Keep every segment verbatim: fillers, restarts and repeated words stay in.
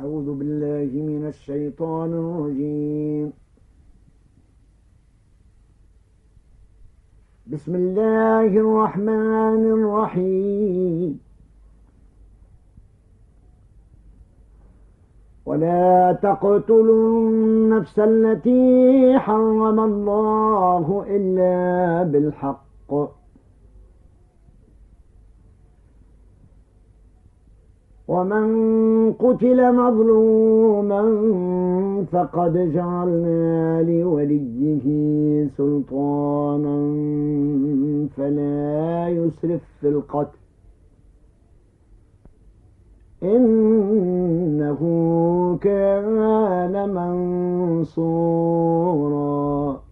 أعوذ بالله من الشيطان الرجيم. بسم الله الرحمن الرحيم. ولا تقتلوا النفس التي حرم الله إلا بالحق ومن قتل مظلوما فقد جعلنا لوليه سلطانا فلا يسرف في القتل إنه كان منصورا.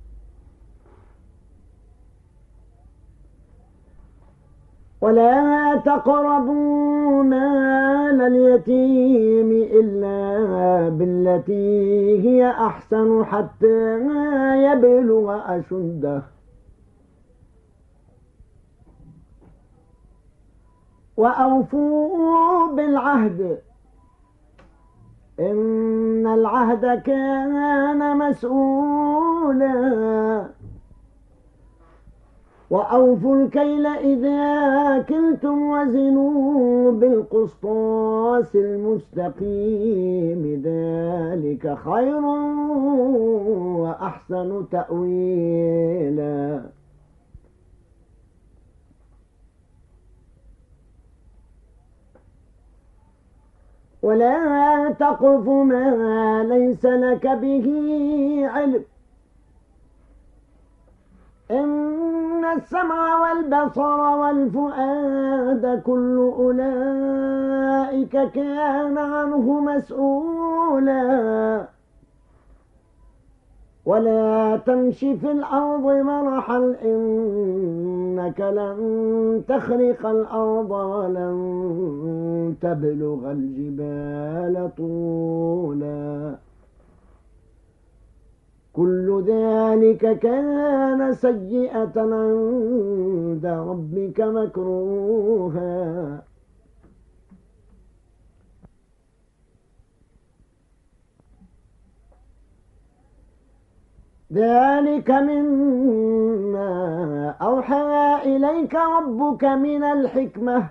ولا تقربوا مال اليتيم إلا بالتي هي أحسن حتى يبلغ أشده وأوفوا بالعهد إن العهد كان مسؤولا وأوفوا الكيل إذا كلتم وزنوا بالقسطاس المستقيم ذلك خير وأحسن تأويلا. ولا تقف ما ليس لك به علم إن السمع والبصر والفؤاد كل أولئك كان عنه مسؤولا. ولا تمشي في الأرض مرحا إنك لن تخرق الأرض ولن تبلغ الجبال طولا كل ذلك كان سيئة عند ربك مكروها. ذلك مما أوحى إليك ربك من الحكمة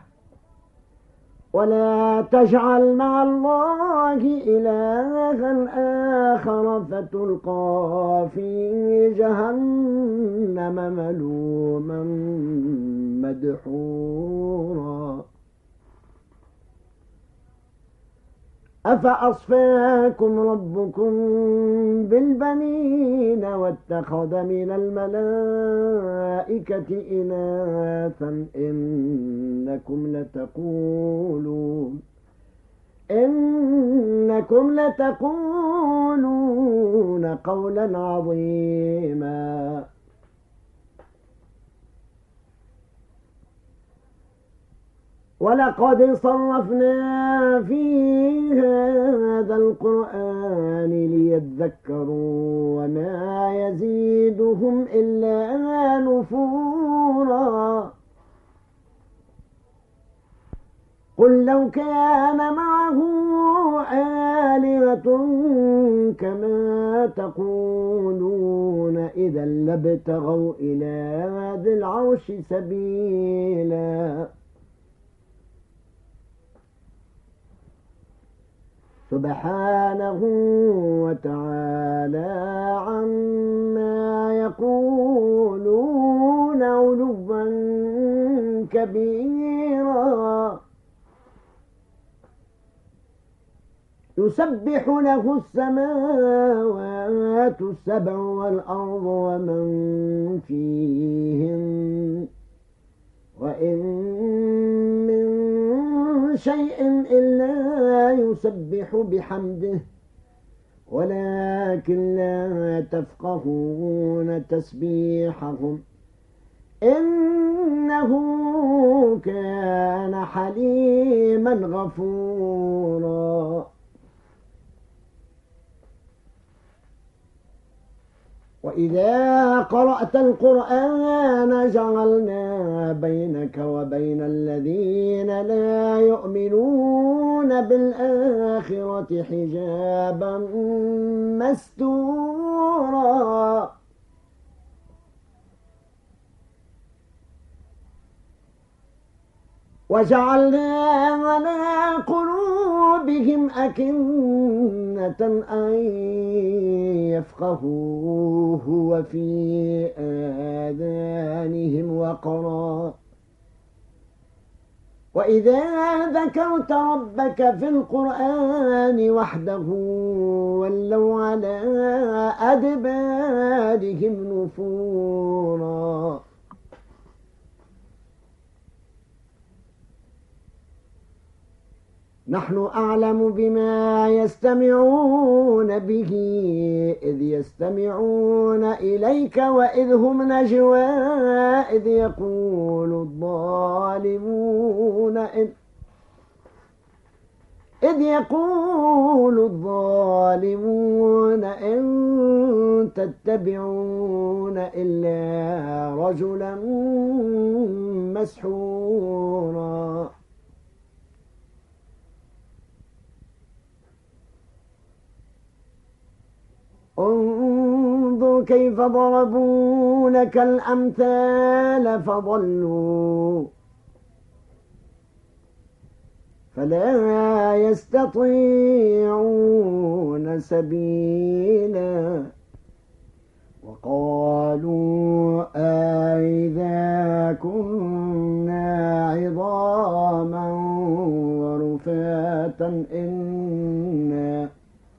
ولا تجعل مع الله إلها آخر فتلقى في جهنم ملوما مدحورا. أفأصفاكم ربكم بالبنين واتخذ من الملائكة إناثا إنكم لتقولون إنكم لتقولون قولا عظيما. ولقد صرفنا في هذا القرآن ليذكروا وما يزيدهم إلا نفورا. قل لو كان معه آلهة كما تقولون إذا لابتغوا إلى ذي العرش سبيلا. سبحانه وتعالى عما يقولون علوا كبيرا. يسبح له السماوات السبع والأرض ومن فيهن وإن من شيء إلا يسبح بحمده ولكن لا تفقهون تسبيحهم إنه كان حليما غفورا. وإذا قرأت القرآن جعلنا بينك وبين الذين لا يؤمنون يجعلون بالآخرة حجابا مستورا وجعلنا على قلوبهم أكنة أن يفقهوه وفي آذانهم وقرا وإذا ذكرت ربك في القرآن وحده ولوا على أدبارهم نفورا نحن أعلم بما يستمعون به إذ يستمعون إليك وإذ هم نجوى إذ يقول الظالمون إن إذ يقول الظالمون إن تتبعون إلا رجلا مسحورا انظر كيف ضربوا لك الأمثال فضلوا فلا يستطيعون سبيلا وقالوا أئذا كنا عظاما ورفاتا إنا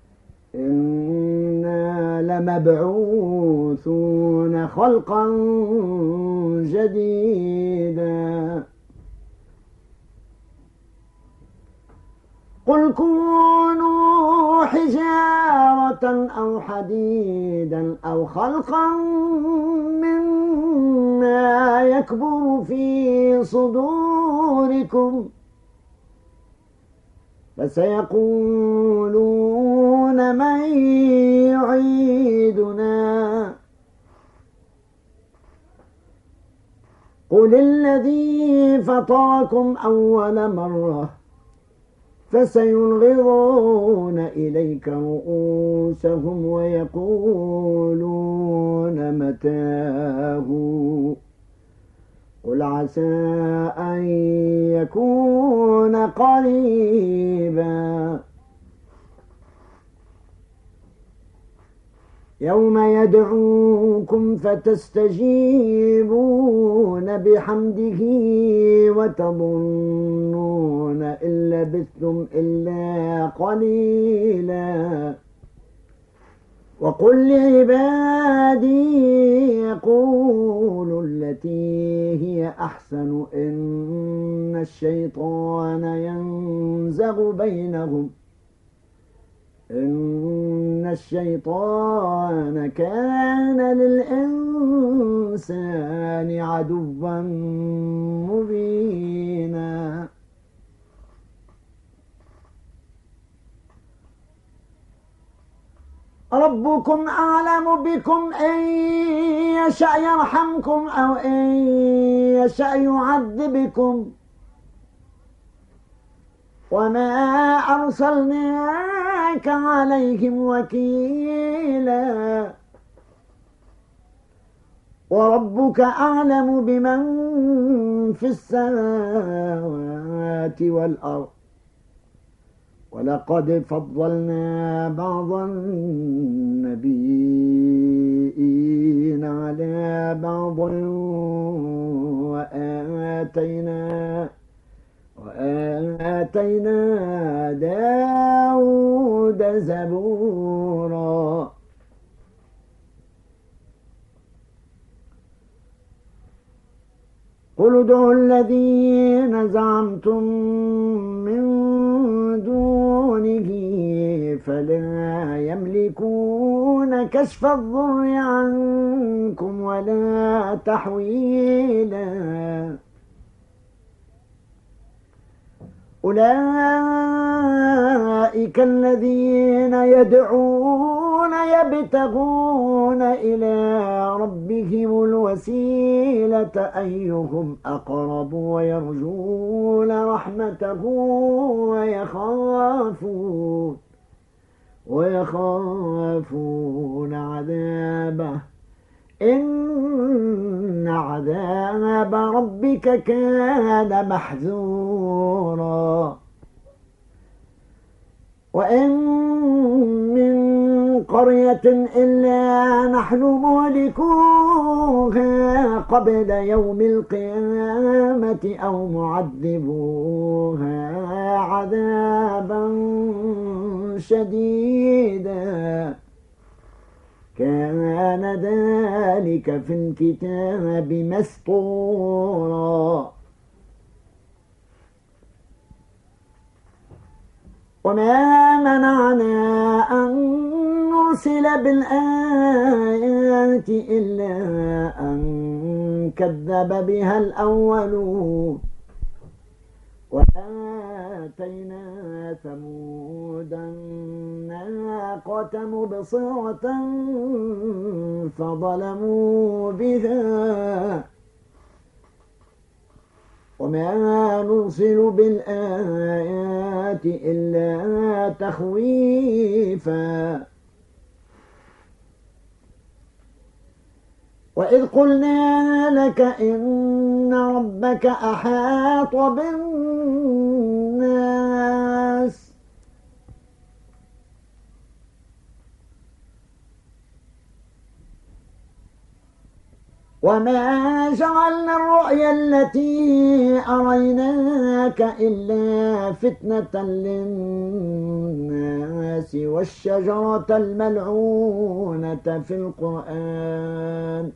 إنا لمبعوثون خلقا جديدا قل كونوا حجارة أو حديدا أو خلقا مما يكبر في صدوركم فسيقولون من يعيدنا قل الذي فطركم أول مرة فسينغضون إليك رؤوسهم ويقولون متاه قل عسى أن يكون قريبا يوم يدعوكم فتستجيبون بحمده وتظنون إن لبثتم إلا قليلا وقل لعبادي يقولوا التي هي أحسن إن الشيطان ينزغ بينهم إن الشيطان كان للإنسان عدوا مبينا ربكم أعلم بكم إن يشأ يرحمكم أو إن يشأ يعذبكم وما أرسلناك عليهم وكيلا وربك أعلم بمن في السماوات والأرض ولقد فضلنا بعض النبيين على بعض وآتينا وآتينا داود زبورا قل ادعوا الذين زعمتم من دونه فلا يملكون كشف الضر عنكم ولا تحويلا أولئك الذين يدعون يبتغون إلى ربهم الوسيلة أيهم أقرب ويرجون رحمته ويخافون ويخافون عذابه إن عذاب ربك كان محذورا وإن من قرية إلا نحن مهلكوها قبل يوم القيامة أو معذبوها عذابا شديدا كان ذلك في الكتاب مسطورا وما منعنا أن نرسل بالآيات إلا أن كذب بها الأولون وآتينا ثمود الناقة مبصرة فظلموا بها وما نرسل بالآيات إلا تخويفا وإذ قلنا لك إن ربك أحاط بالناس وما جعلنا الرؤيا التي أريناك إلا فتنة للناس والشجرة الملعونة في القرآن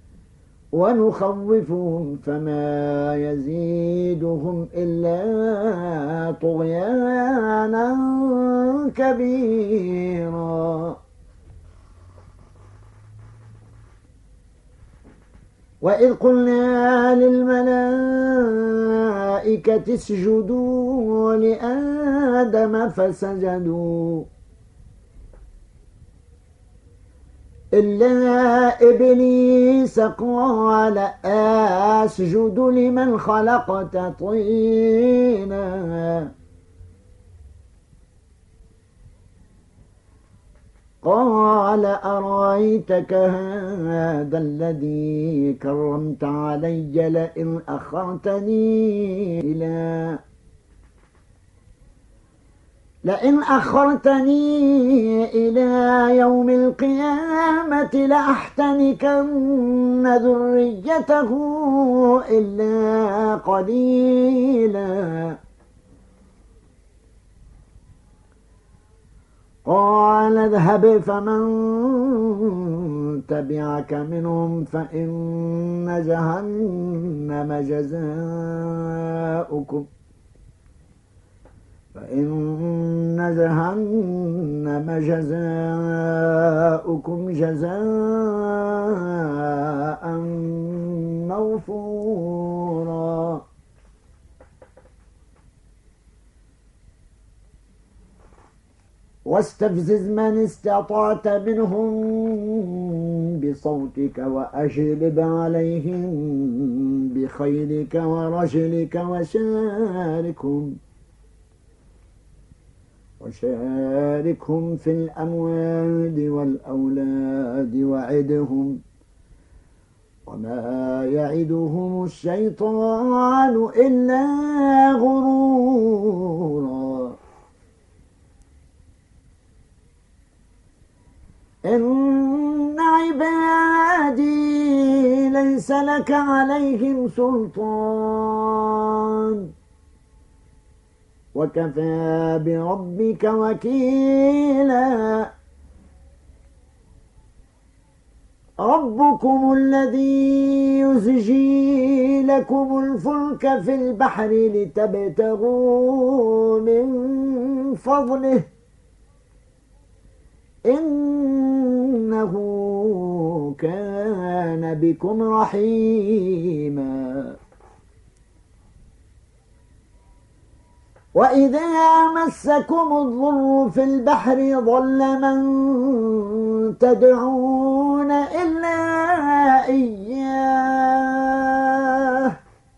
ونخوفهم فما يزيدهم إلا طغيانا كبيرا وإذ قلنا للملائكة اسجدوا لآدم فسجدوا إلا إبليس قال أسجد لمن خلقت طينا قال أرأيتك هذا الذي كرمت علي لئن أخرتني إلى لئن أخرتني إلى يوم القيامة لأحتنكن ذريته إلا قليلا قال اذهب فمن تبعك منهم فإن جهنم جزاؤكم فإن جهنم جزاؤكم جزاء موفورا واستفزز من استطعت منهم بصوتك وأجلب عليهم بخيلك ورجلك وشاركهم وشاركهم في الأموال والأولاد وعدهم وما يعدهم الشيطان إلا غرورا إن عبادي ليس لك عليهم سلطان وكفى بربك وكيلا ربكم الذي يزجي لكم الفلك في البحر لتبتغوا من فضله إنه كان بكم رحيما وإذا مسكم الضر في البحر ضل من تدعون إلا إياه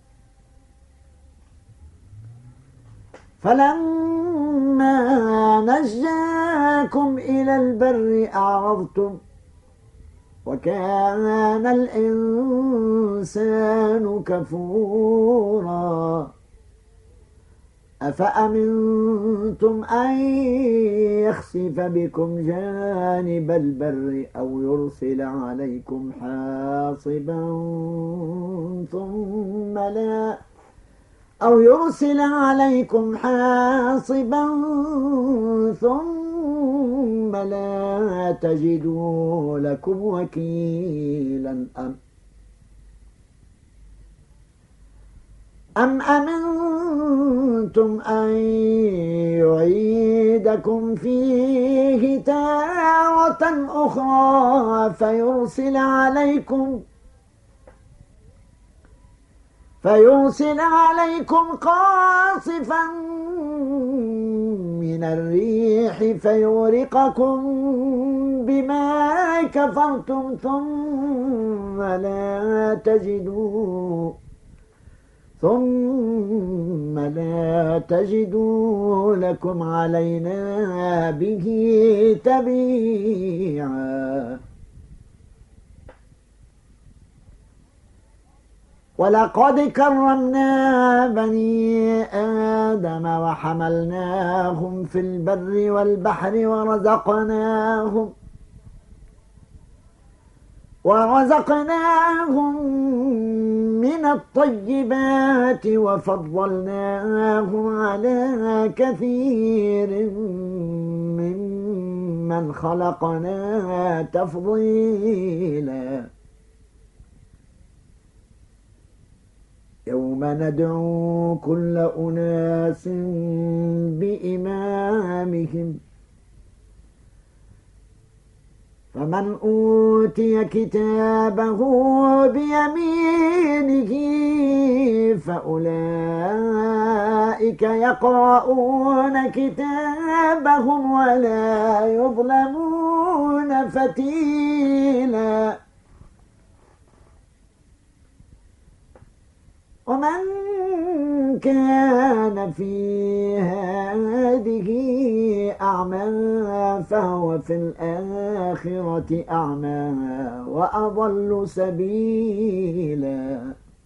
فلما نجاكم إلى البر أعرضتم وكان الإنسان كفورا أفأمنتم أن يخسف بكم جانب البر أو يرسل عليكم حاصبا ثم لا أو يرسل عليكم حاصبا ثم لا تجدوا لكم وكيلا أم أم أمنتم أن يعيدكم فيه تارة أخرى فيرسل عليكم فيرسل عليكم قاصفا من الريح فيغرقكم بما كفرتم ثم لا تجدوا ثم لا تجدوا لكم علينا به تبيعا ولقد كرمنا بني آدم وحملناهم في البر والبحر ورزقناهم ورزقناهم من الطيبات وفضلناهم على كثير ممن خلقنا تفضيلا يوم ندعو كل أناس بإمامهم فمن أوتي كتابه بيمينه فأولئك يقرؤون كتابهم ولا يظلمون فتيلا ومن كان في هذه أعمى فهو في الآخرة أعمى وأضل سبيلا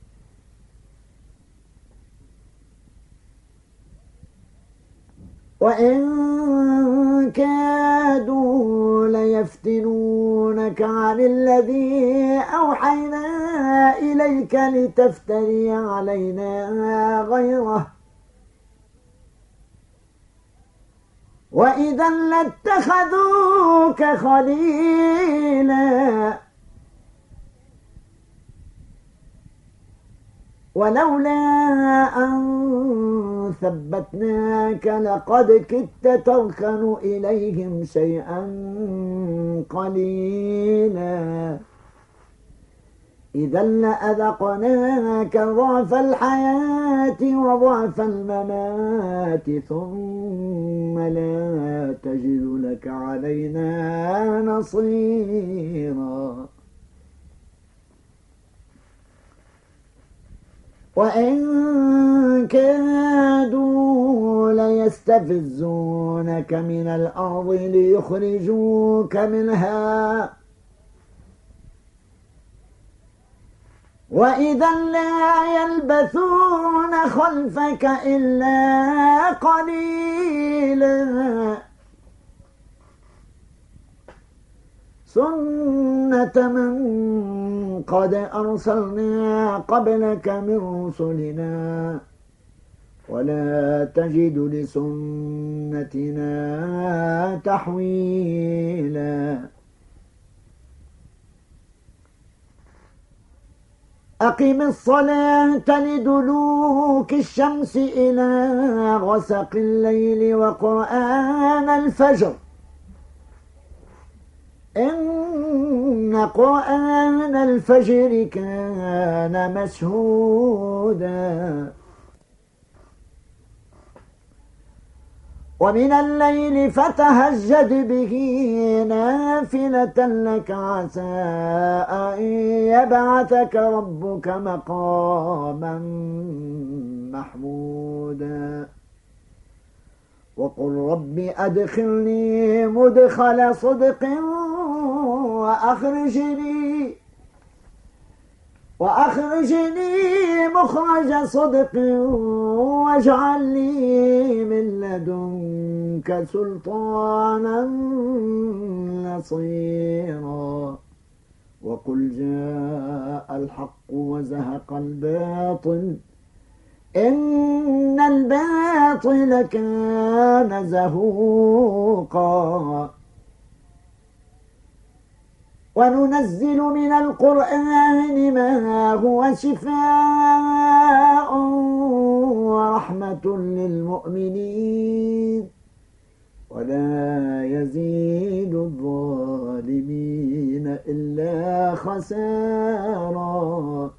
وإن كادوا ليفتنونك عن الذي أوحينا إليك لتفتري علينا غيره وإذا لاتخذوك خليلا ولولا أن ثبتناك لقد كدت تركن إليهم شيئا قليلا إذا لأذقناك ضعف الحياة وضعف الممات ثم لا تجد لك علينا نصيرا وإن كادوا ليستفزونك من الأرض ليخرجوك منها وإذا لا يلبثون خلفك إلا قليلا سنة من قد أرسلنا قبلك من رسلنا ولا تجد لسنتنا تحويلا أقم الصلاة لدلوك الشمس إلى غسق الليل وقرآن الفجر إن قرآن الفجر كان مشهودا ومن الليل فتهجد به نافلة لك عسى أن يبعثك ربك مقاما محمودا وقل رب أدخلني مدخل صدق وأخرجني وأخرجني مخرج صدق واجعل لي من لدنك سلطانا نصيرا وقل جاء الحق وزهق الباطل إن الباطل كان زهوقا وننزل من القرآن ما هو شفاء ورحمة للمؤمنين ولا يزيد الظالمين إلا خسارا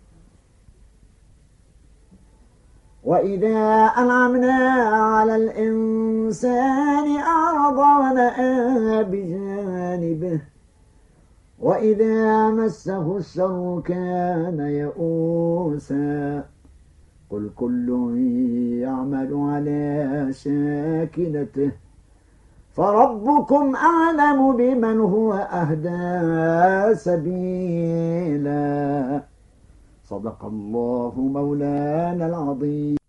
وإذا أنعمنا على الإنسان أعرض ونأى بجانبه وإذا مسه الشر كان يئوسا قل كل يعمل على شاكلته فربكم أعلم بمن هو أهدى سبيلا صدق الله مولانا العظيم.